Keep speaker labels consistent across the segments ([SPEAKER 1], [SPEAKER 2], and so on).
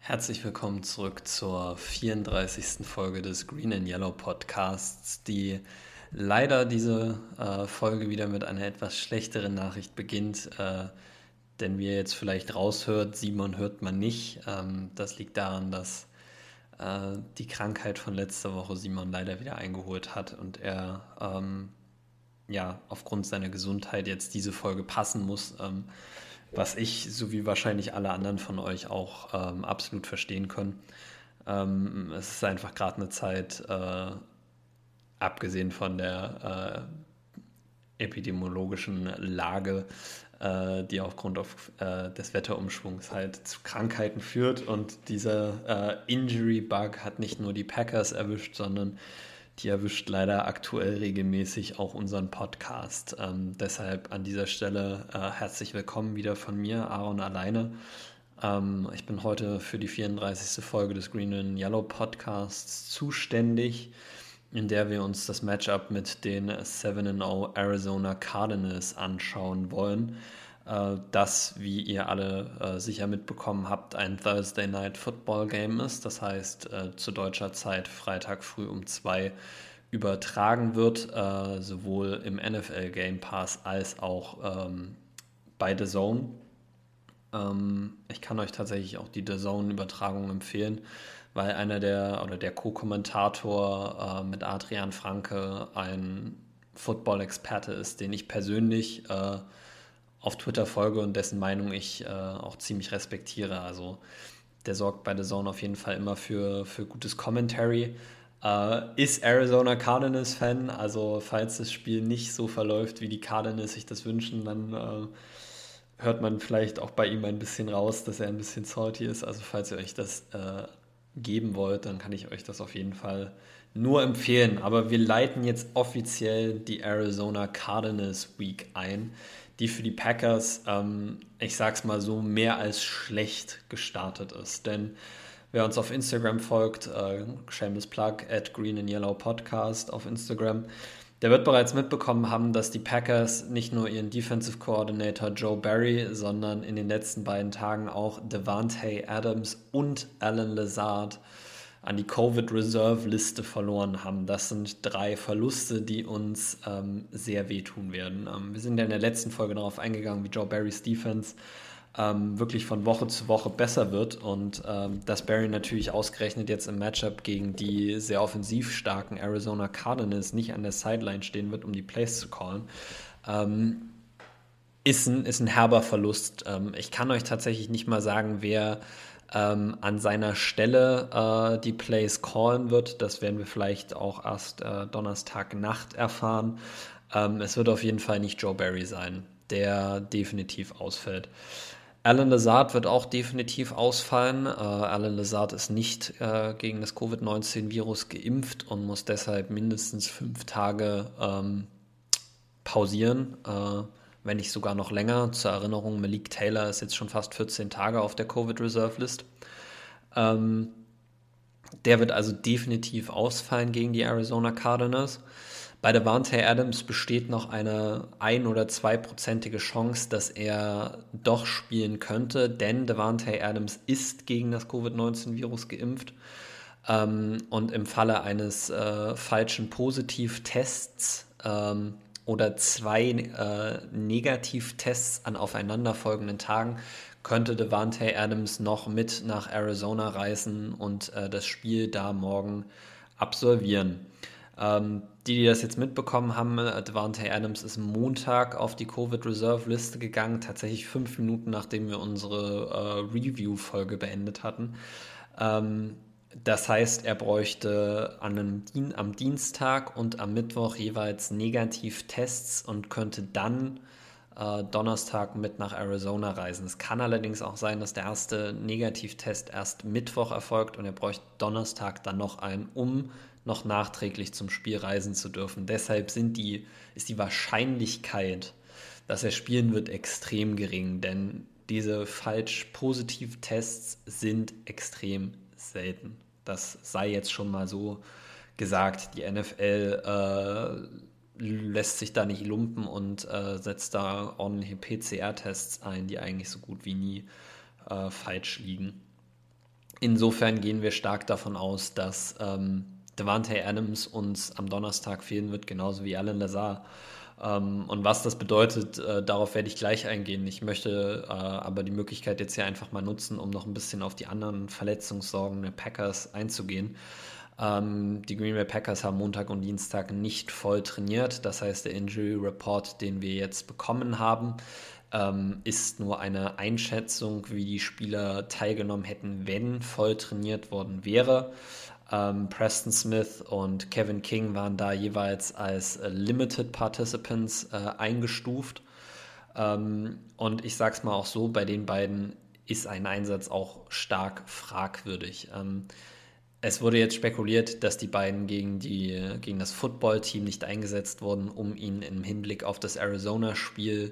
[SPEAKER 1] Herzlich willkommen zurück zur 34. Folge des Green and Yellow Podcasts, die leider diese Folge wieder mit einer etwas schlechteren Nachricht beginnt, denn wie ihr jetzt vielleicht raushört, Simon hört man nicht. Das liegt daran, dass die Krankheit von letzter Woche Simon leider wieder eingeholt hat und er aufgrund seiner Gesundheit jetzt diese Folge passen muss. Was ich, so wie wahrscheinlich alle anderen von euch auch absolut verstehen können. Es ist einfach gerade eine Zeit, abgesehen von der epidemiologischen Lage, die des Wetterumschwungs halt zu Krankheiten führt. Und dieser Injury-Bug hat nicht nur die Packers erwischt, sondern die erwischt leider aktuell regelmäßig auch unseren Podcast. Deshalb an dieser Stelle herzlich willkommen wieder von mir, Aaron alleine. Ich bin heute für die 34. Folge des Green and Yellow Podcasts zuständig, in der wir uns das Matchup mit den 7-0 Arizona Cardinals anschauen wollen. Das, wie ihr alle sicher mitbekommen habt, ein Thursday Night Football Game ist. Das heißt, zu deutscher Zeit Freitag früh um 2 übertragen wird, sowohl im NFL Game Pass als auch bei The Zone. Ich kann euch tatsächlich auch die The Zone-Übertragung empfehlen, weil der Co-Kommentator mit Adrian Franke ein Football-Experte ist, den ich persönlich auf Twitter folge und dessen Meinung ich auch ziemlich respektiere. Also der sorgt bei The Zone auf jeden Fall immer für gutes Commentary. Ist Arizona Cardinals Fan, also falls das Spiel nicht so verläuft, wie die Cardinals sich das wünschen, dann hört man vielleicht auch bei ihm ein bisschen raus, dass er ein bisschen salty ist. Also falls ihr euch das geben wollt, dann kann ich euch das auf jeden Fall nur empfehlen. Aber wir leiten jetzt offiziell die Arizona Cardinals Week ein, die für die Packers, ich sag's mal so, mehr als schlecht gestartet ist. Denn wer uns auf Instagram folgt, shameless plug, @greenandyellowpodcast auf Instagram, der wird bereits mitbekommen haben, dass die Packers nicht nur ihren Defensive Coordinator Joe Barry, sondern in den letzten beiden Tagen auch Davante Adams und Alan Lazard an die Covid-Reserve-Liste verloren haben. Das sind 3 Verluste, die uns sehr wehtun werden. Wir sind ja in der letzten Folge darauf eingegangen, wie Joe Barrys Defense wirklich von Woche zu Woche besser wird und dass Barry natürlich ausgerechnet jetzt im Matchup gegen die sehr offensiv starken Arizona Cardinals nicht an der Sideline stehen wird, um die Plays zu callen, ist ein herber Verlust. Ich kann euch tatsächlich nicht mal sagen, wer an seiner Stelle die Plays callen wird. Das werden wir vielleicht auch erst Donnerstagnacht erfahren. Es wird auf jeden Fall nicht Joe Barry sein, der definitiv ausfällt. Alan Lazard wird auch definitiv ausfallen. Alan Lazard ist nicht gegen das Covid-19-Virus geimpft und muss deshalb mindestens 5 Tage pausieren, wenn nicht sogar noch länger. Zur Erinnerung, Malik Taylor ist jetzt schon fast 14 Tage auf der Covid-Reserve-List. Der wird also definitiv ausfallen gegen die Arizona Cardinals. Bei Davante Adams besteht noch eine 1- oder 2-prozentige Chance, dass er doch spielen könnte, denn Davante Adams ist gegen das Covid-19-Virus geimpft. Und im Falle eines falschen Positivtests oder 2 Negativtests an aufeinanderfolgenden Tagen könnte Davante Adams noch mit nach Arizona reisen und das Spiel da morgen absolvieren. Die das jetzt mitbekommen haben, Davante Adams ist Montag auf die Covid-Reserve-Liste gegangen, tatsächlich 5 Minuten nachdem wir unsere Review-Folge beendet hatten. Das heißt, er bräuchte am Dienstag und am Mittwoch jeweils Negativtests und könnte dann Donnerstag mit nach Arizona reisen. Es kann allerdings auch sein, dass der erste Negativtest erst Mittwoch erfolgt und er bräuchte Donnerstag dann noch einen, um noch nachträglich zum Spiel reisen zu dürfen. Deshalb ist die Wahrscheinlichkeit, dass er spielen wird, extrem gering, denn diese falsch-positiv-Tests sind extrem selten. Das sei jetzt schon mal so gesagt. Die NFL lässt sich da nicht lumpen und setzt da ordentliche PCR-Tests ein, die eigentlich so gut wie nie falsch liegen. Insofern gehen wir stark davon aus, dass Davante Adams uns am Donnerstag fehlen wird, genauso wie Allen Lazard. Und was das bedeutet, darauf werde ich gleich eingehen. Ich möchte aber die Möglichkeit jetzt hier einfach mal nutzen, um noch ein bisschen auf die anderen Verletzungssorgen der Packers einzugehen. Die Green Bay Packers haben Montag und Dienstag nicht voll trainiert. Das heißt, der Injury Report, den wir jetzt bekommen haben, ist nur eine Einschätzung, wie die Spieler teilgenommen hätten, wenn voll trainiert worden wäre. Preston Smith und Kevin King waren da jeweils als Limited Participants eingestuft. Und ich sag's mal auch so, bei den beiden ist ein Einsatz auch stark fragwürdig. Es wurde jetzt spekuliert, dass die beiden gegen das Football-Team nicht eingesetzt wurden, um ihnen im Hinblick auf das Arizona-Spiel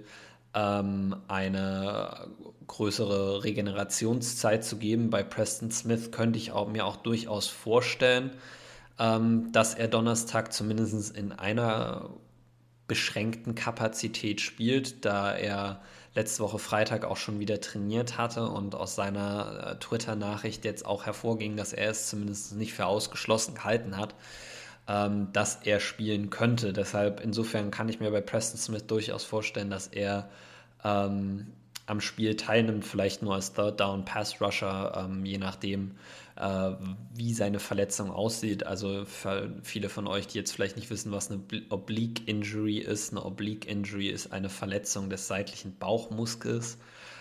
[SPEAKER 1] eine größere Regenerationszeit zu geben. Bei Preston Smith könnte ich mir auch durchaus vorstellen, dass er Donnerstag zumindest in einer beschränkten Kapazität spielt, da er letzte Woche Freitag auch schon wieder trainiert hatte und aus seiner Twitter-Nachricht jetzt auch hervorging, dass er es zumindest nicht für ausgeschlossen gehalten hat, dass er spielen könnte. Deshalb insofern kann ich mir bei Preston Smith durchaus vorstellen, dass er am Spiel teilnimmt, vielleicht nur als Third Down Pass Rusher, je nachdem, wie seine Verletzung aussieht. Also für viele von euch, die jetzt vielleicht nicht wissen, was eine Oblique Injury ist. Eine Oblique Injury ist eine Verletzung des seitlichen Bauchmuskels,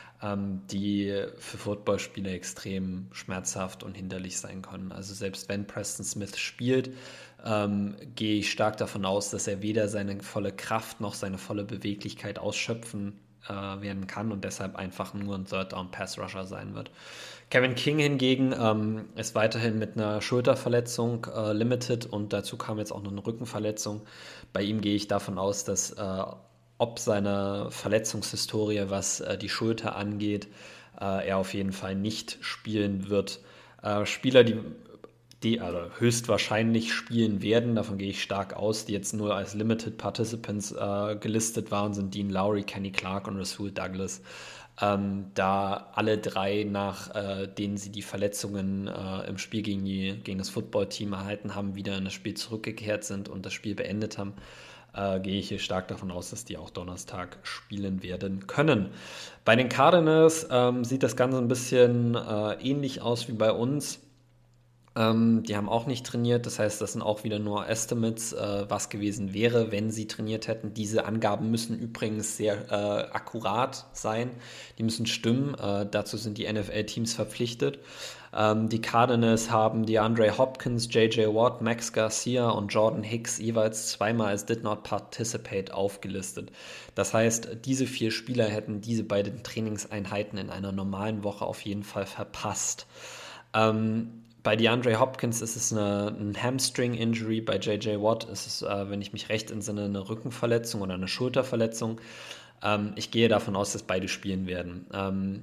[SPEAKER 1] die für Footballspieler extrem schmerzhaft und hinderlich sein können. Also selbst wenn Preston Smith spielt, gehe ich stark davon aus, dass er weder seine volle Kraft noch seine volle Beweglichkeit ausschöpfen werden kann und deshalb einfach nur ein Third-Down-Pass-Rusher sein wird. Kevin King hingegen ist weiterhin mit einer Schulterverletzung limited und dazu kam jetzt auch noch eine Rückenverletzung. Bei ihm gehe ich davon aus, dass ob seine Verletzungshistorie, was die Schulter angeht, er auf jeden Fall nicht spielen wird. Spieler, die also höchstwahrscheinlich spielen werden, davon gehe ich stark aus, die jetzt nur als Limited Participants gelistet waren, sind Dean Lowry, Kenny Clark und Rasul Douglas. Da alle drei, nach denen sie die Verletzungen im Spiel gegen das Footballteam erhalten haben, wieder in das Spiel zurückgekehrt sind und das Spiel beendet haben, gehe ich hier stark davon aus, dass die auch Donnerstag spielen werden können. Bei den Cardinals sieht das Ganze ein bisschen ähnlich aus wie bei uns. Die haben auch nicht trainiert, das heißt, das sind auch wieder nur Estimates, was gewesen wäre, wenn sie trainiert hätten. Diese Angaben müssen übrigens sehr akkurat sein, die müssen stimmen, dazu sind die NFL-Teams verpflichtet. Die Cardinals haben DeAndre Hopkins, J.J. Watt, Max Garcia und Jordan Hicks jeweils zweimal als Did Not Participate aufgelistet. Das heißt, diese 4 Spieler hätten diese beiden Trainingseinheiten in einer normalen Woche auf jeden Fall verpasst. Bei DeAndre Hopkins ist es ein Hamstring-Injury, bei J.J. Watt ist es, wenn ich mich recht entsinne, eine Rückenverletzung oder eine Schulterverletzung. Ich gehe davon aus, dass beide spielen werden.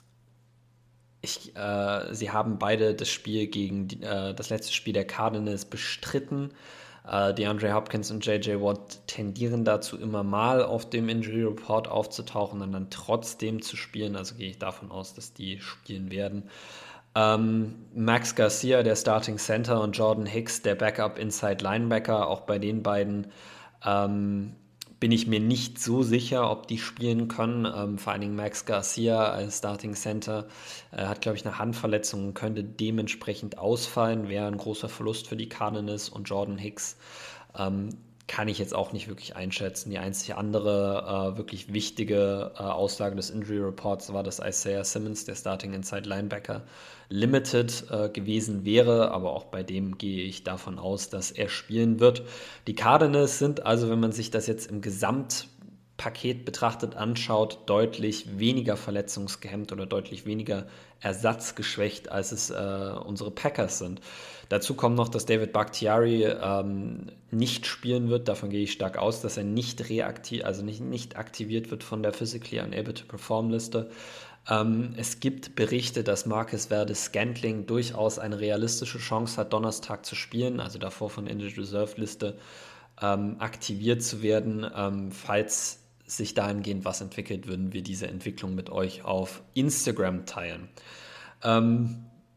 [SPEAKER 1] Sie haben beide das Spiel gegen das letzte Spiel der Cardinals bestritten. DeAndre Hopkins und J.J. Watt tendieren dazu, immer mal auf dem Injury Report aufzutauchen und dann trotzdem zu spielen. Also gehe ich davon aus, dass die spielen werden. Max Garcia, der Starting Center, und Jordan Hicks, der Backup Inside Linebacker. Auch bei den beiden bin ich mir nicht so sicher, ob die spielen können. Vor allen Dingen Max Garcia als Starting Center hat, glaube ich, eine Handverletzung und könnte dementsprechend ausfallen. Wäre ein großer Verlust für die Cardinals. Und Jordan Hicks kann ich jetzt auch nicht wirklich einschätzen. Die einzige andere wirklich wichtige Aussage des Injury Reports war, dass Isaiah Simmons, der Starting Inside Linebacker, limited gewesen wäre, aber auch bei dem gehe ich davon aus, dass er spielen wird. Die Cardinals sind also, wenn man sich das jetzt im Gesamtpaket betrachtet anschaut, deutlich weniger verletzungsgehemmt oder deutlich weniger ersatzgeschwächt, als es unsere Packers sind. Dazu kommt noch, dass David Bakhtiari nicht spielen wird. Davon gehe ich stark aus, dass er nicht aktiviert wird von der Physically Unable to Perform Liste. Es gibt Berichte, dass Marcus Valdes-Scantling durchaus eine realistische Chance hat, Donnerstag zu spielen, also davor von Injured Reserve Liste aktiviert zu werden. Falls sich dahingehend was entwickelt, würden wir diese Entwicklung mit euch auf Instagram teilen. Dann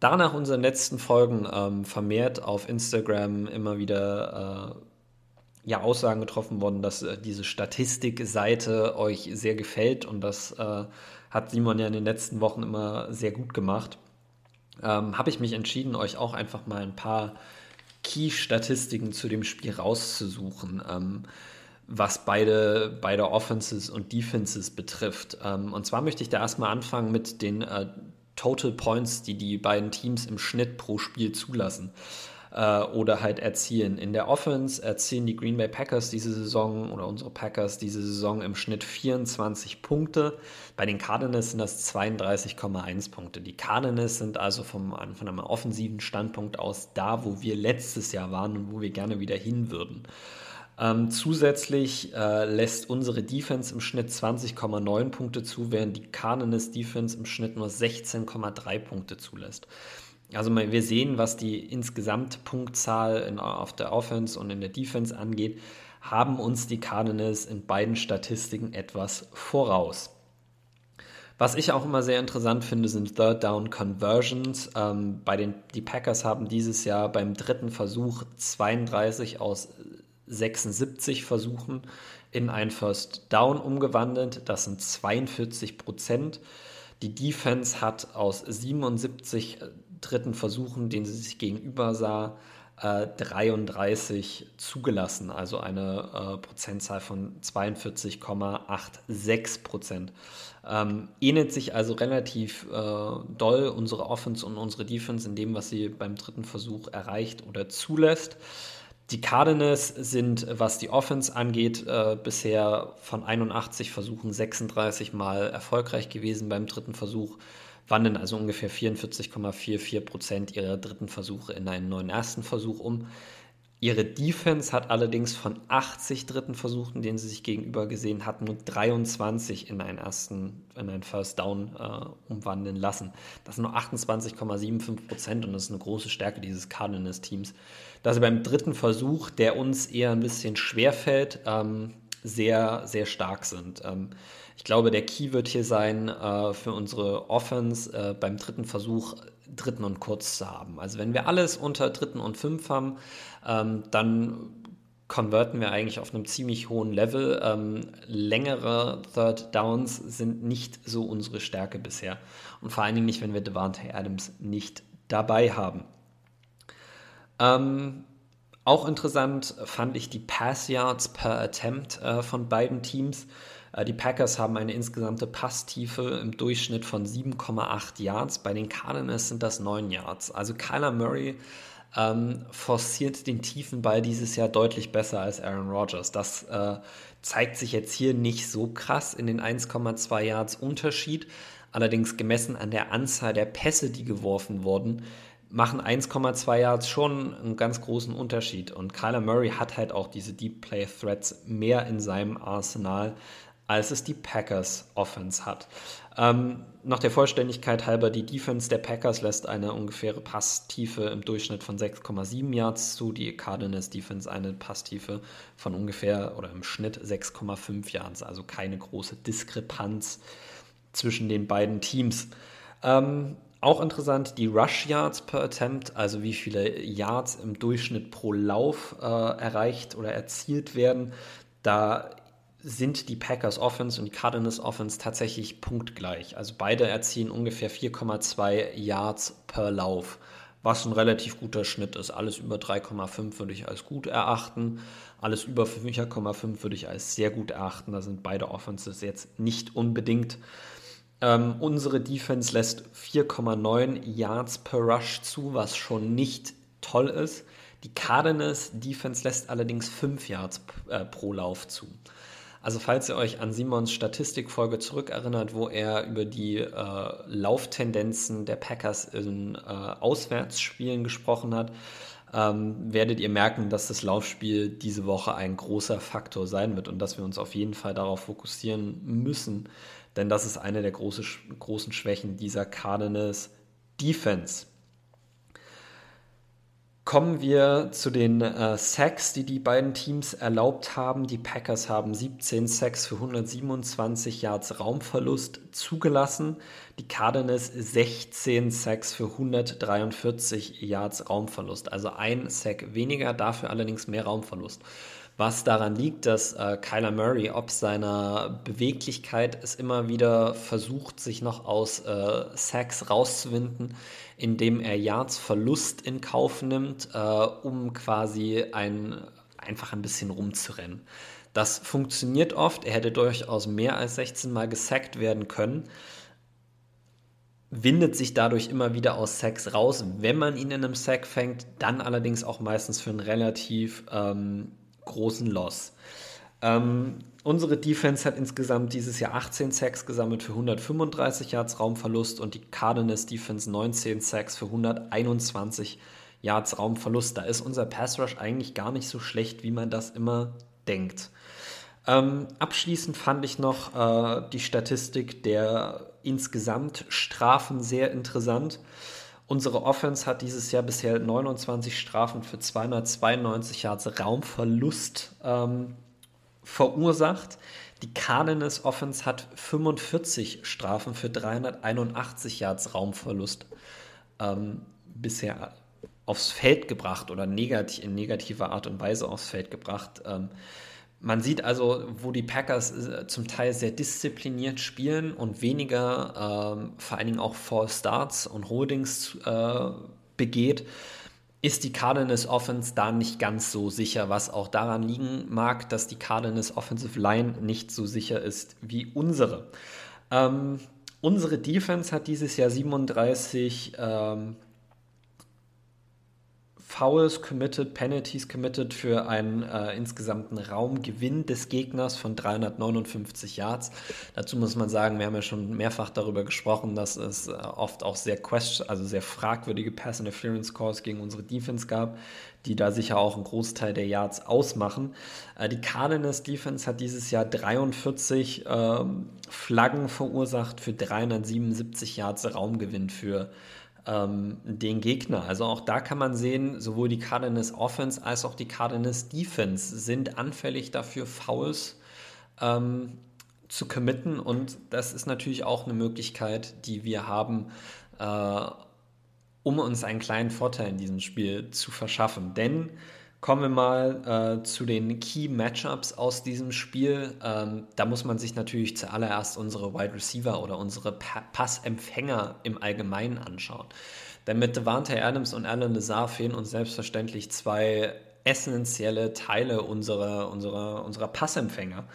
[SPEAKER 1] Da nach unseren letzten Folgen vermehrt auf Instagram immer wieder Aussagen getroffen worden, dass diese Statistikseite euch sehr gefällt und das hat Simon ja in den letzten Wochen immer sehr gut gemacht, habe ich mich entschieden, euch auch einfach mal ein paar Key-Statistiken zu dem Spiel rauszusuchen, was beide Offenses und Defenses betrifft. Und zwar möchte ich da erstmal anfangen mit den Total Points, die beiden Teams im Schnitt pro Spiel zulassen oder halt erzielen. In der Offense erzielen die Green Bay Packers diese Saison oder unsere Packers diese Saison im Schnitt 24 Punkte. Bei den Cardinals sind das 32,1 Punkte. Die Cardinals sind also von einem offensiven Standpunkt aus da, wo wir letztes Jahr waren und wo wir gerne wieder hin würden. Zusätzlich lässt unsere Defense im Schnitt 20,9 Punkte zu, während die Cardinals Defense im Schnitt nur 16,3 Punkte zulässt. Also wir sehen, was die insgesamt Punktzahl auf der Offense und in der Defense angeht, haben uns die Cardinals in beiden Statistiken etwas voraus. Was ich auch immer sehr interessant finde, sind Third Down Conversions. Die Packers haben dieses Jahr beim dritten Versuch 32 aus 76 Versuchen in ein First Down umgewandelt. Das sind 42%. Die Defense hat aus 77 dritten Versuchen, denen sie sich gegenüber sah, 33 zugelassen, also eine Prozentzahl von 42,86%. Ähnelt sich also relativ doll unsere Offense und unsere Defense in dem, was sie beim dritten Versuch erreicht oder zulässt. Die Cardinals sind, was die Offense angeht, bisher von 81 Versuchen 36 Mal erfolgreich gewesen beim dritten Versuch, wandeln also ungefähr 44,44% ihrer dritten Versuche in einen neuen ersten Versuch um. Ihre Defense hat allerdings von 80 dritten Versuchen, denen sie sich gegenüber gesehen hatten, nur 23 in einen First Down umwandeln lassen. Das sind nur 28,75% und das ist eine große Stärke dieses Cardinals-Teams, dass sie beim dritten Versuch, der uns eher ein bisschen schwerfällt, sehr, sehr stark sind. Ich glaube, der Key wird hier sein, für unsere Offense beim dritten Versuch dritten und kurz zu haben. Also wenn wir alles unter dritten und 5 haben, dann konverten wir eigentlich auf einem ziemlich hohen Level. Längere Third Downs sind nicht so unsere Stärke bisher. Und vor allen Dingen nicht, wenn wir Davante Adams nicht dabei haben. Auch interessant fand ich die Pass Yards per Attempt von beiden Teams. Die Packers haben eine insgesamte Passtiefe im Durchschnitt von 7,8 Yards. Bei den Cardinals sind das 9 Yards. Also Kyler Murray forciert den tiefen Ball dieses Jahr deutlich besser als Aaron Rodgers. Das zeigt sich jetzt hier nicht so krass in den 1,2 Yards Unterschied. Allerdings gemessen an der Anzahl der Pässe, die geworfen wurden, machen 1,2 Yards schon einen ganz großen Unterschied. Und Kyler Murray hat halt auch diese Deep Play Threats mehr in seinem Arsenal, als es die Packers Offense hat. Noch der Vollständigkeit halber, die Defense der Packers lässt eine ungefähre Passtiefe im Durchschnitt von 6,7 Yards zu, die Cardinals Defense eine Passtiefe von ungefähr oder im Schnitt 6,5 Yards, also keine große Diskrepanz zwischen den beiden Teams. Auch interessant, die Rush Yards per Attempt, also wie viele Yards im Durchschnitt pro Lauf erreicht oder erzielt werden. Da sind die Packers Offense und die Cardinals Offense tatsächlich punktgleich. Also beide erzielen ungefähr 4,2 Yards per Lauf, was ein relativ guter Schnitt ist. Alles über 3,5 würde ich als gut erachten. Alles über 4,5 würde ich als sehr gut erachten. Da sind beide Offenses jetzt nicht unbedingt. Unsere Defense lässt 4,9 Yards per Rush zu, was schon nicht toll ist. Die Cardinals Defense lässt allerdings 5 Yards pro Lauf zu. Also falls ihr euch an Simons Statistikfolge zurückerinnert, wo er über die Lauftendenzen der Packers in Auswärtsspielen gesprochen hat, werdet ihr merken, dass das Laufspiel diese Woche ein großer Faktor sein wird und dass wir uns auf jeden Fall darauf fokussieren müssen, denn das ist eine der großen Schwächen dieser Cardinals Defense. Kommen wir zu den Sacks, die die beiden Teams erlaubt haben. Die Packers haben 17 Sacks für 127 Yards Raumverlust zugelassen. Die Cardinals 16 Sacks für 143 Yards Raumverlust. Also ein Sack weniger, dafür allerdings mehr Raumverlust. Was daran liegt, dass Kyler Murray ob seiner Beweglichkeit es immer wieder versucht, sich noch aus Sacks rauszuwinden, indem er Yards Verlust in Kauf nimmt, um quasi einfach ein bisschen rumzurennen. Das funktioniert oft. Er hätte durchaus mehr als 16 Mal gesackt werden können, windet sich dadurch immer wieder aus Sacks raus. Wenn man ihn in einem Sack fängt, dann allerdings auch meistens für einen relativ großen Loss. Unsere Defense hat insgesamt dieses Jahr 18 Sacks gesammelt für 135 Yards Raumverlust und die Cardinals Defense 19 Sacks für 121 Yards Raumverlust. Da ist unser Pass Rush eigentlich gar nicht so schlecht, wie man das immer denkt. Abschließend fand ich noch die Statistik der insgesamt Strafen sehr interessant. Unsere Offense hat dieses Jahr bisher 29 Strafen für 292 Yards Raumverlust verursacht. Die Cardinals Offense hat 45 Strafen für 381 Yards Raumverlust bisher aufs Feld gebracht oder in negativer Art und Weise aufs Feld gebracht. Man sieht also, wo die Packers zum Teil sehr diszipliniert spielen und weniger, vor allen Dingen auch False Starts und Holdings begeht, ist die Cardinals Offense da nicht ganz so sicher, was auch daran liegen mag, dass die Cardinals Offensive Line nicht so sicher ist wie unsere. Unsere Defense hat dieses Jahr 37 Fouls committed, Penalties committed für einen insgesamten Raumgewinn des Gegners von 359 Yards. Dazu muss man sagen, wir haben ja schon mehrfach darüber gesprochen, dass es oft auch sehr fragwürdige Pass-Interference Calls gegen unsere Defense gab, die da sicher auch einen Großteil der Yards ausmachen. Die Cardinals Defense hat dieses Jahr 43 Flaggen verursacht für 377 Yards Raumgewinn für den Gegner. Also auch da kann man sehen, sowohl die Cardinals Offense als auch die Cardinals Defense sind anfällig dafür, Fouls zu committen, und das ist natürlich auch eine Möglichkeit, die wir haben, um uns einen kleinen Vorteil in diesem Spiel zu verschaffen. Denn kommen wir mal zu den Key Matchups aus diesem Spiel. Da muss man sich natürlich zuallererst unsere Wide Receiver oder unsere Passempfänger im Allgemeinen anschauen. Denn mit Davante Adams und Allen Lazard fehlen uns selbstverständlich zwei essentielle Teile unserer Passempfänger,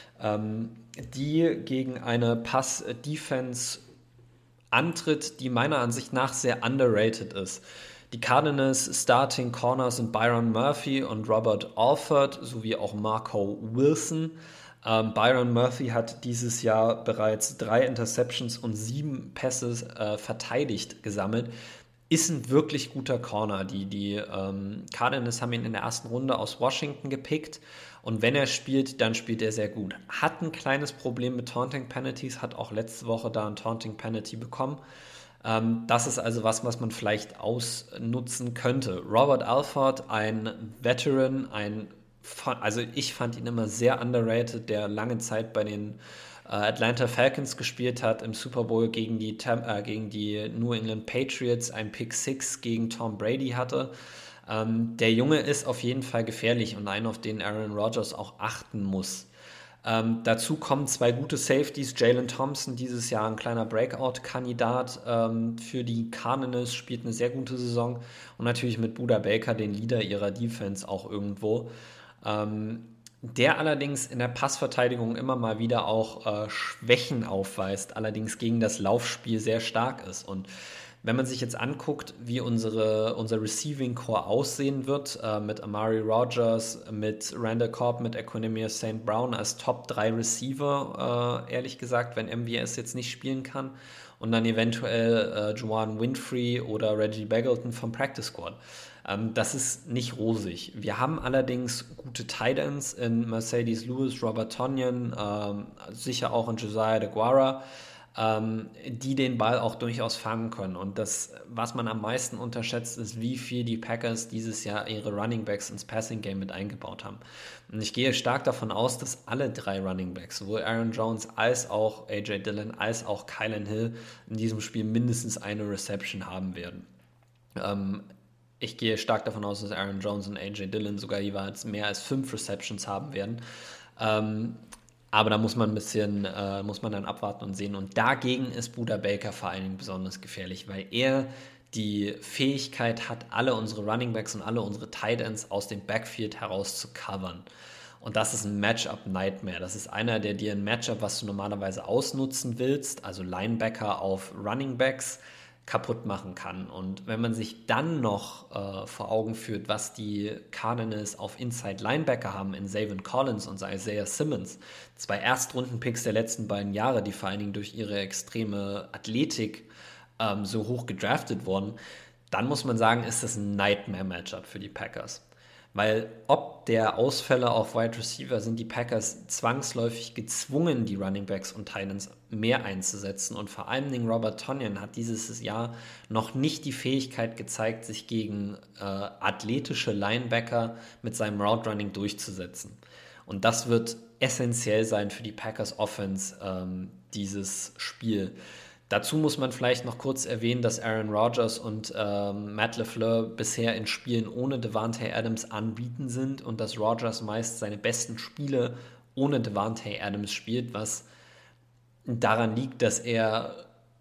[SPEAKER 1] die gegen eine Pass-Defense antritt, die meiner Ansicht nach sehr underrated ist. Die Cardinals Starting Corner sind Byron Murphy und Robert Alford sowie auch Marco Wilson. Byron Murphy hat dieses Jahr bereits 3 Interceptions und 7 Pässe verteidigt gesammelt. Ist ein wirklich guter Corner. Die Cardinals haben ihn in der ersten Runde aus Washington gepickt, und wenn er spielt, dann spielt er sehr gut. Hat ein kleines Problem mit Taunting Penalties, hat auch letzte Woche da ein Taunting Penalty bekommen. Das ist also was man vielleicht ausnutzen könnte. Robert Alford, ein Veteran, also ich fand ihn immer sehr underrated, der lange Zeit bei den Atlanta Falcons gespielt hat, im Super Bowl gegen die New England Patriots ein Pick 6 gegen Tom Brady hatte. Der Junge ist auf jeden Fall gefährlich und einen, auf den Aaron Rodgers auch achten muss. Dazu kommen 2 gute Safeties. Jalen Thompson, dieses Jahr ein kleiner Breakout-Kandidat für die Cardinals, spielt eine sehr gute Saison. Und natürlich mit Budda Baker, den Leader ihrer Defense, auch irgendwo. Der allerdings in der Passverteidigung immer mal wieder auch Schwächen aufweist, allerdings gegen das Laufspiel sehr stark ist. Und wenn man sich jetzt anguckt, wie unser Receiving Core aussehen wird, mit Amari Rodgers, mit Randall Cobb, mit Equanimeous St. Brown als Top 3 Receiver, ehrlich gesagt, wenn MVS jetzt nicht spielen kann, und dann eventuell Juwan Winfrey oder Reggie Begelton vom Practice Squad. Das ist nicht rosig. Wir haben allerdings gute Tight Ends in Mercedes Lewis, Robert Tonyan, sicher auch in Josiah DeGuara. die den Ball auch durchaus fangen können. Und das, was man am meisten unterschätzt, ist, wie viel die Packers dieses Jahr ihre Running Backs ins Passing Game mit eingebaut haben. Und ich gehe stark davon aus, dass alle 3 Running Backs, sowohl Aaron Jones als auch AJ Dillon als auch Kylan Hill, in diesem Spiel mindestens eine Reception haben werden. Ich gehe stark davon aus, dass Aaron Jones und AJ Dillon sogar jeweils mehr als 5 Receptions haben werden. Aber da muss man muss man dann abwarten und sehen. Und dagegen ist Budda Baker vor allen Dingen besonders gefährlich, weil er die Fähigkeit hat, alle unsere Running Backs und alle unsere Tight Ends aus dem Backfield heraus zu covern. Und das ist ein Matchup-Nightmare. Das ist einer, der dir ein Matchup, was du normalerweise ausnutzen willst, also Linebacker auf Running Backs, kaputt machen kann. Und wenn man sich dann noch vor Augen führt, was die Cardinals auf Inside Linebacker haben in Zaven Collins und Isaiah Simmons, 2 Erstrunden-Picks der letzten beiden Jahre, die vor allen Dingen durch ihre extreme Athletik so hoch gedraftet wurden, dann muss man sagen, ist das ein Nightmare-Matchup für die Packers. Weil ob der Ausfälle auf Wide Receiver sind die Packers zwangsläufig gezwungen, die Running Backs und Titans mehr einzusetzen. Und vor allen Dingen Robert Tonyan hat dieses Jahr noch nicht die Fähigkeit gezeigt, sich gegen athletische Linebacker mit seinem Route Running durchzusetzen. Und das wird essentiell sein für die Packers Offense, dieses Spiel. Dazu muss man vielleicht noch kurz erwähnen, dass Aaron Rodgers und Matt LaFleur bisher in Spielen ohne Davante Adams unbeaten sind und dass Rodgers meist seine besten Spiele ohne Davante Adams spielt, was daran liegt, dass er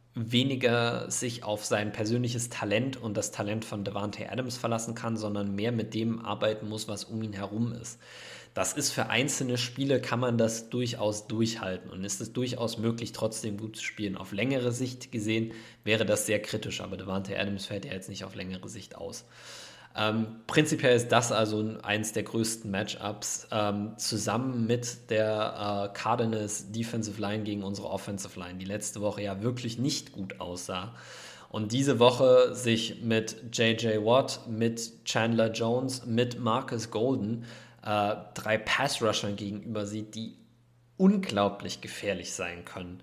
[SPEAKER 1] weniger sich auf sein persönliches Talent und das Talent von Davante Adams verlassen kann, sondern mehr mit dem arbeiten muss, was um ihn herum ist. Das ist für einzelne Spiele, kann man das durchaus durchhalten und ist es durchaus möglich, trotzdem gut zu spielen. Auf längere Sicht gesehen wäre das sehr kritisch, aber Davante Adams fällt ja jetzt nicht auf längere Sicht aus. Prinzipiell ist das also eins der größten Matchups, zusammen mit der Cardinals Defensive Line gegen unsere Offensive Line, die letzte Woche ja wirklich nicht gut aussah. Und diese Woche sich mit J.J. Watt, mit Chandler Jones, mit Marcus Golden 3 Pass-Rushern gegenüber sieht, die unglaublich gefährlich sein können.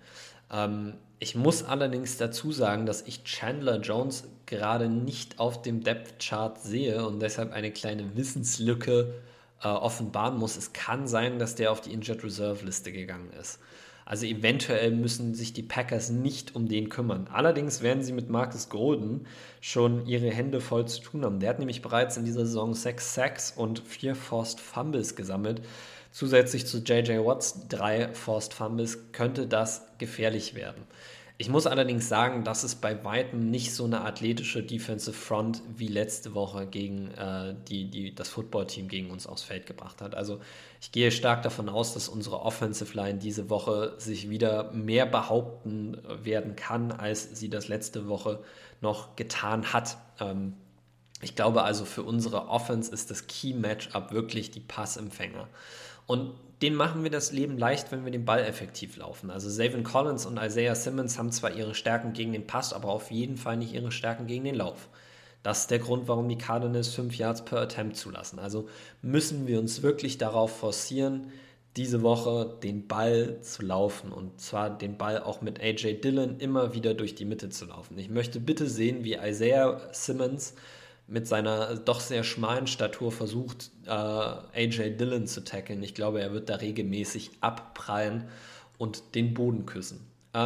[SPEAKER 1] Ich muss allerdings dazu sagen, dass ich Chandler Jones gerade nicht auf dem Depth-Chart sehe und deshalb eine kleine Wissenslücke offenbaren muss. Es kann sein, dass der auf die Injured Reserve-Liste gegangen ist. Also eventuell müssen sich die Packers nicht um den kümmern. Allerdings werden sie mit Marcus Golden schon ihre Hände voll zu tun haben. Der hat nämlich bereits in dieser Saison 6 Sacks und 4 Forced Fumbles gesammelt. Zusätzlich zu J.J. Watts 3 Forced Fumbles könnte das gefährlich werden. Ich muss allerdings sagen, dass es bei weitem nicht so eine athletische Defensive Front wie letzte Woche gegen das Footballteam gegen uns aufs Feld gebracht hat. Also ich gehe stark davon aus, dass unsere Offensive Line diese Woche sich wieder mehr behaupten werden kann, als sie das letzte Woche noch getan hat. Ich glaube also, für unsere Offense ist das Key-Matchup wirklich die Passempfänger. Und denen machen wir das Leben leicht, wenn wir den Ball effektiv laufen. Also Zaven Collins und Isaiah Simmons haben zwar ihre Stärken gegen den Pass, aber auf jeden Fall nicht ihre Stärken gegen den Lauf. Das ist der Grund, warum die Cardinals 5 Yards per Attempt zulassen. Also müssen wir uns wirklich darauf forcieren, diese Woche den Ball zu laufen und zwar den Ball auch mit AJ Dillon immer wieder durch die Mitte zu laufen. Ich möchte bitte sehen, wie Isaiah Simmons mit seiner doch sehr schmalen Statur versucht, AJ Dillon zu tackeln. Ich glaube, er wird da regelmäßig abprallen und den Boden küssen.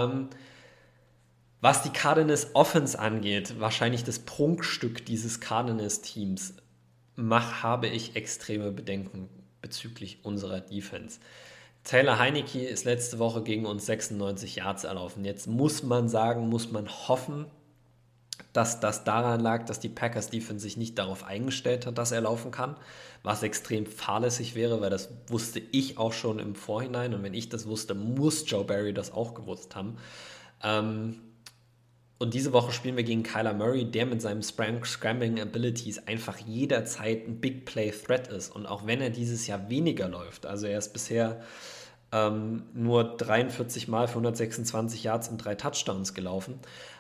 [SPEAKER 1] Was die Cardinals Offense angeht, wahrscheinlich das Prunkstück dieses Cardinals-Teams, habe ich extreme Bedenken bezüglich unserer Defense. Taylor Heinicke ist letzte Woche gegen uns 96 Yards erlaufen. Jetzt muss man hoffen, dass das daran lag, dass die Packers Defense sich nicht darauf eingestellt hat, dass er laufen kann, was extrem fahrlässig wäre, weil das wusste ich auch schon im Vorhinein und wenn ich das wusste, muss Joe Barry das auch gewusst haben. Und diese Woche spielen wir gegen Kyler Murray, der mit seinen Scrambling Abilities einfach jederzeit ein Big Play Threat ist und auch wenn er dieses Jahr weniger läuft, also er ist bisher nur 43 Mal für 126 Yards und 3 Touchdowns gelaufen,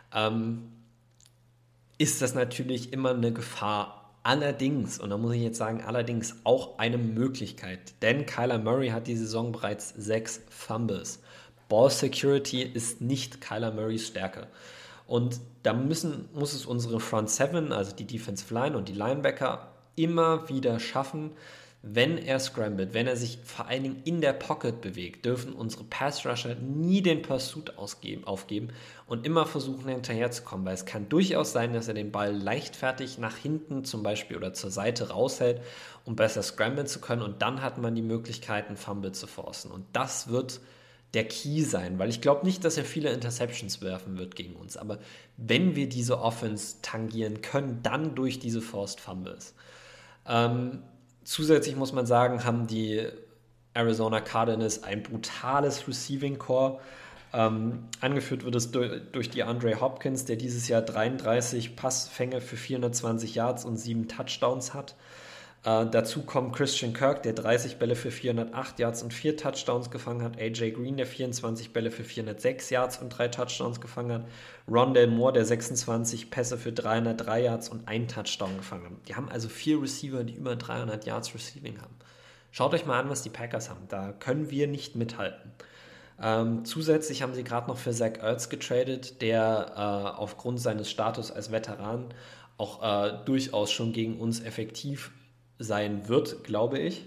[SPEAKER 1] ist das natürlich immer eine Gefahr. Allerdings, und da muss ich jetzt sagen, allerdings auch eine Möglichkeit. Denn Kyler Murray hat die Saison bereits 6 Fumbles. Ball Security ist nicht Kyler Murrays Stärke. Und da muss es unsere Front Seven, also die Defensive Line und die Linebacker, immer wieder schaffen, wenn er scrambled, wenn er sich vor allen Dingen in der Pocket bewegt, dürfen unsere Pass-Rusher nie den Pursuit aufgeben und immer versuchen, hinterherzukommen, weil es kann durchaus sein, dass er den Ball leichtfertig nach hinten zum Beispiel oder zur Seite raushält, um besser scramblen zu können, und dann hat man die Möglichkeit, einen Fumble zu forcen. Und das wird der Key sein, weil ich glaube nicht, dass er viele Interceptions werfen wird gegen uns, aber wenn wir diese Offense tangieren können, dann durch diese Forced Fumbles. Zusätzlich muss man sagen, haben die Arizona Cardinals ein brutales Receiving Core. Angeführt wird es durch die Andre Hopkins, der dieses Jahr 33 Passfänge für 420 Yards und 7 Touchdowns hat. Dazu kommt Christian Kirk, der 30 Bälle für 408 Yards und 4 Touchdowns gefangen hat. AJ Green, der 24 Bälle für 406 Yards und 3 Touchdowns gefangen hat. Rondale Moore, der 26 Pässe für 303 Yards und 1 Touchdown gefangen hat. Die haben also 4 Receiver, die über 300 Yards Receiving haben. Schaut euch mal an, was die Packers haben. Da können wir nicht mithalten. Zusätzlich haben sie gerade noch für Zach Ertz getradet, der aufgrund seines Status als Veteran auch durchaus schon gegen uns effektiv sein wird, glaube ich.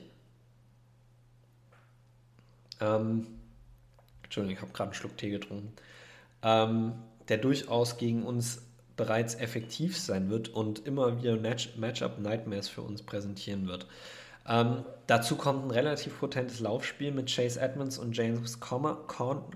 [SPEAKER 1] Entschuldigung, ich habe gerade einen Schluck Tee getrunken. Der durchaus gegen uns bereits effektiv sein wird und immer wieder Matchup-Nightmares für uns präsentieren wird. Dazu kommt ein relativ potentes Laufspiel mit Chase Edmonds und James Conner.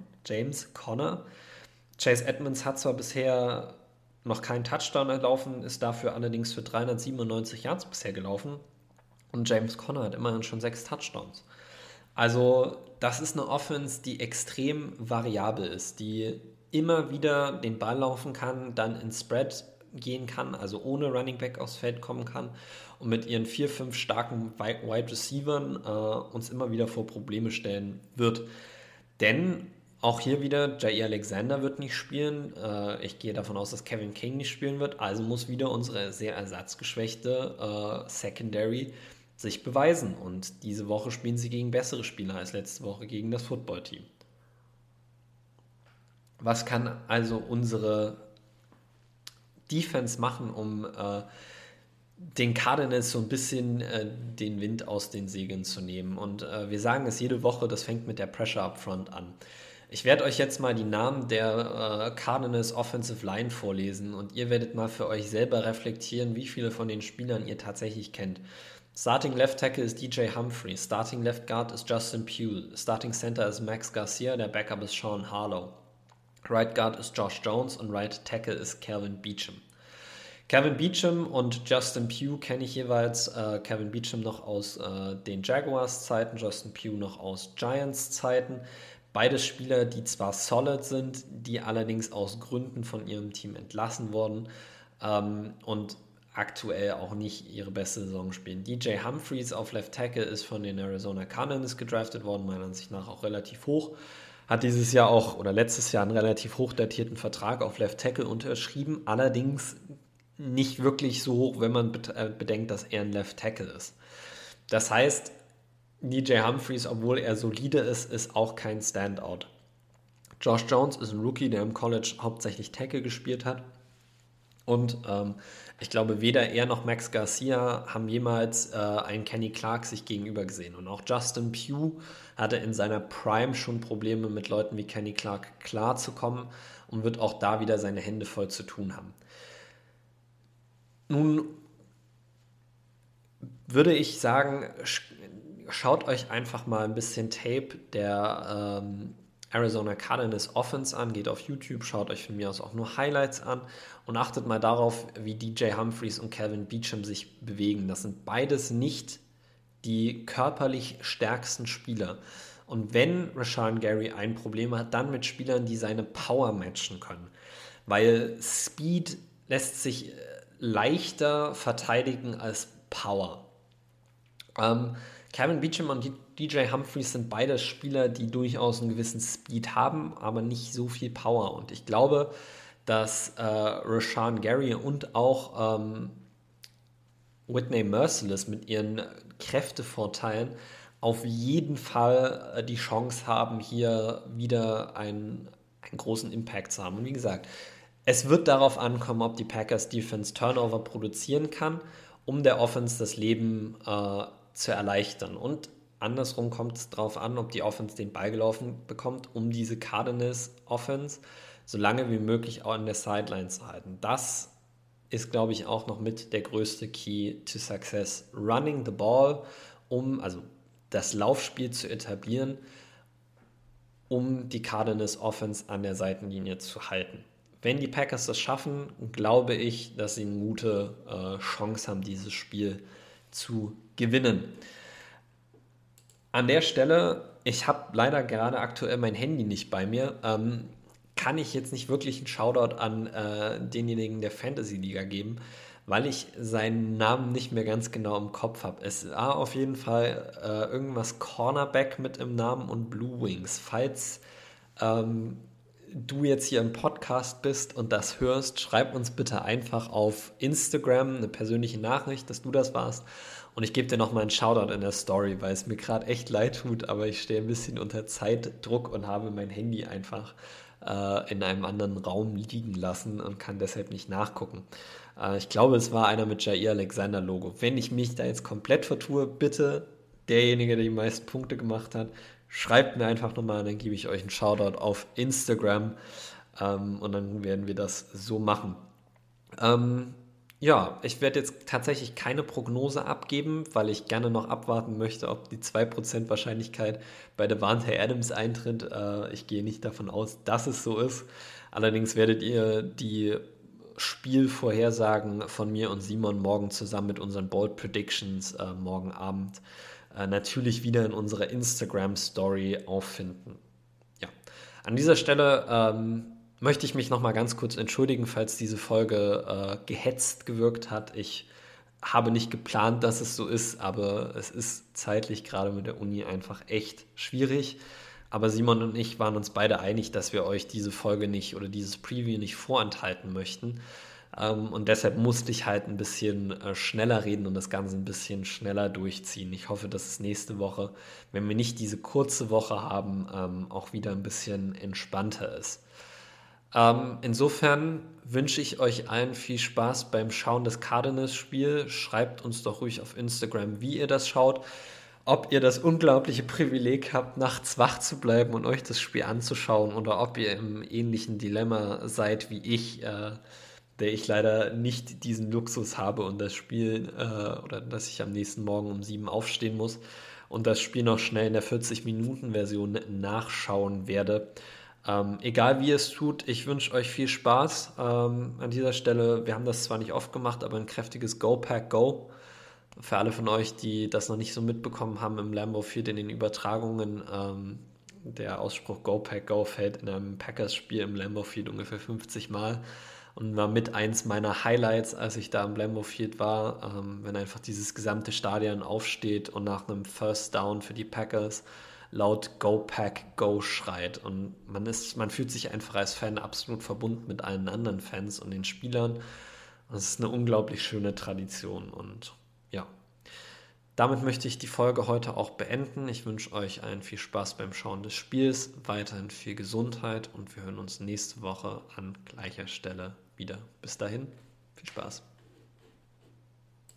[SPEAKER 1] Chase Edmonds hat zwar bisher noch keinen Touchdown erlaufen, ist dafür allerdings für 397 Yards bisher gelaufen. Und James Conner hat immerhin schon 6 Touchdowns. Also das ist eine Offense, die extrem variabel ist, die immer wieder den Ball laufen kann, dann ins Spread gehen kann, also ohne Running Back aufs Feld kommen kann und mit ihren 4, 5 starken Wide Receivern uns immer wieder vor Probleme stellen wird. Denn auch hier wieder, Jair Alexander wird nicht spielen. Ich gehe davon aus, dass Kevin King nicht spielen wird. Also muss wieder unsere sehr ersatzgeschwächte Secondary sich beweisen. Und diese Woche spielen sie gegen bessere Spieler als letzte Woche gegen das Footballteam. Was kann also unsere Defense machen, um den Cardinals so ein bisschen den Wind aus den Segeln zu nehmen? Und wir sagen es jede Woche, das fängt mit der Pressure up front an. Ich werde euch jetzt mal die Namen der Cardinals Offensive Line vorlesen und ihr werdet mal für euch selber reflektieren, wie viele von den Spielern ihr tatsächlich kennt. Starting Left Tackle ist DJ Humphrey, Starting Left Guard ist Justin Pugh, Starting Center ist Max Garcia, der Backup ist Sean Harlow. Right Guard ist Josh Jones und Right Tackle ist Calvin Beachum. Calvin Beachum und Justin Pugh kenne ich jeweils. Calvin Beachum noch aus den Jaguars-Zeiten, Justin Pugh noch aus Giants-Zeiten. Beides Spieler, die zwar solid sind, die allerdings aus Gründen von ihrem Team entlassen wurden und aktuell auch nicht ihre beste Saison spielen. DJ Humphreys auf Left Tackle ist von den Arizona Cardinals gedraftet worden, meiner Ansicht nach auch relativ hoch. Hat dieses Jahr auch oder letztes Jahr einen relativ hoch datierten Vertrag auf Left Tackle unterschrieben, allerdings nicht wirklich so hoch, wenn man bedenkt, dass er ein Left Tackle ist. Das heißt, DJ Humphreys, obwohl er solide ist auch kein Standout. Josh Jones ist ein Rookie, der im College hauptsächlich Tackle gespielt hat. Und ich glaube, weder er noch Max Garcia haben jemals einen Kenny Clark sich gegenüber gesehen. Und auch Justin Pugh hatte in seiner Prime schon Probleme mit Leuten wie Kenny Clark klarzukommen und wird auch da wieder seine Hände voll zu tun haben. Nun würde ich sagen, schaut euch einfach mal ein bisschen Tape der Arizona Cardinals Offense an, geht auf YouTube, schaut euch von mir aus auch nur Highlights an und achtet mal darauf, wie DJ Humphreys und Calvin Beachum sich bewegen. Das sind beides nicht die körperlich stärksten Spieler. Und wenn Rashan Gary ein Problem hat, dann mit Spielern, die seine Power matchen können. Weil Speed lässt sich leichter verteidigen als Power. Calvin Beachum und DJ Humphreys sind beide Spieler, die durchaus einen gewissen Speed haben, aber nicht so viel Power. Und ich glaube, dass Rashan Gary und auch Whitney Merciless mit ihren Kräftevorteilen auf jeden Fall die Chance haben, hier wieder einen großen Impact zu haben. Und wie gesagt, es wird darauf ankommen, ob die Packers Defense Turnover produzieren kann, um der Offense das Leben zu erleichtern. Und andersrum kommt es darauf an, ob die Offense den Ball gelaufen bekommt, um diese Cardinals Offense so lange wie möglich auch an der Sideline zu halten. Das ist, glaube ich, auch noch mit der größte Key to Success. Running the ball, also das Laufspiel zu etablieren, um die Cardinals Offense an der Seitenlinie zu halten. Wenn die Packers das schaffen, glaube ich, dass sie eine gute Chance haben, dieses Spiel zu gewinnen. An der Stelle, ich habe leider gerade aktuell mein Handy nicht bei mir, kann ich jetzt nicht wirklich einen Shoutout an denjenigen der Fantasy Liga geben, weil ich seinen Namen nicht mehr ganz genau im Kopf habe. Es war auf jeden Fall irgendwas Cornerback mit im Namen und Blue Wings. Falls du jetzt hier im Podcast bist und das hörst, schreib uns bitte einfach auf Instagram eine persönliche Nachricht, dass du das warst. Und ich gebe dir nochmal einen Shoutout in der Story, weil es mir gerade echt leid tut, aber ich stehe ein bisschen unter Zeitdruck und habe mein Handy einfach in einem anderen Raum liegen lassen und kann deshalb nicht nachgucken. Ich glaube, es war einer mit Jair Alexander Logo. Wenn ich mich da jetzt komplett vertue, bitte derjenige, der die meisten Punkte gemacht hat, schreibt mir einfach nochmal, dann gebe ich euch einen Shoutout auf Instagram und dann werden wir das so machen. Ja, ich werde jetzt tatsächlich keine Prognose abgeben, weil ich gerne noch abwarten möchte, ob die 2% Wahrscheinlichkeit bei Davante Adams eintritt. Ich gehe nicht davon aus, dass es so ist. Allerdings werdet ihr die Spielvorhersagen von mir und Simon morgen zusammen mit unseren Bold Predictions morgen Abend natürlich wieder in unserer Instagram-Story auffinden. Ja, an dieser Stelle möchte ich mich nochmal ganz kurz entschuldigen, falls diese Folge gehetzt gewirkt hat. Ich habe nicht geplant, dass es so ist, aber es ist zeitlich gerade mit der Uni einfach echt schwierig. Aber Simon und ich waren uns beide einig, dass wir euch diese Folge nicht oder dieses Preview nicht vorenthalten möchten. Und deshalb musste ich halt ein bisschen schneller reden und das Ganze ein bisschen schneller durchziehen. Ich hoffe, dass es nächste Woche, wenn wir nicht diese kurze Woche haben, auch wieder ein bisschen entspannter ist. Insofern wünsche ich euch allen viel Spaß beim Schauen des Cardinals-Spiels. Schreibt uns doch ruhig auf Instagram, wie ihr das schaut. Ob ihr das unglaubliche Privileg habt, nachts wach zu bleiben und euch das Spiel anzuschauen oder ob ihr im ähnlichen Dilemma seid wie ich, der ich leider nicht diesen Luxus habe und das Spiel oder dass ich am nächsten Morgen um 7 aufstehen muss und das Spiel noch schnell in der 40-Minuten-Version nachschauen werde. Egal wie ihr es tut, ich wünsche euch viel Spaß. An dieser Stelle, wir haben das zwar nicht oft gemacht, aber ein kräftiges Go Pack Go. Für alle von euch, die das noch nicht so mitbekommen haben, im Lambeau Field in den Übertragungen, der Ausspruch Go Pack Go fällt in einem Packers-Spiel im Lambeau Field ungefähr 50 Mal und war mit eins meiner Highlights, als ich da im Lambeau Field war, wenn einfach dieses gesamte Stadion aufsteht und nach einem First Down für die Packers laut Go Pack Go schreit. Und man fühlt sich einfach als Fan absolut verbunden mit allen anderen Fans und den Spielern. Und es ist eine unglaublich schöne Tradition. Und ja, damit möchte ich die Folge heute auch beenden. Ich wünsche euch allen viel Spaß beim Schauen des Spiels, weiterhin viel Gesundheit und wir hören uns nächste Woche an gleicher Stelle wieder. Bis dahin, viel Spaß.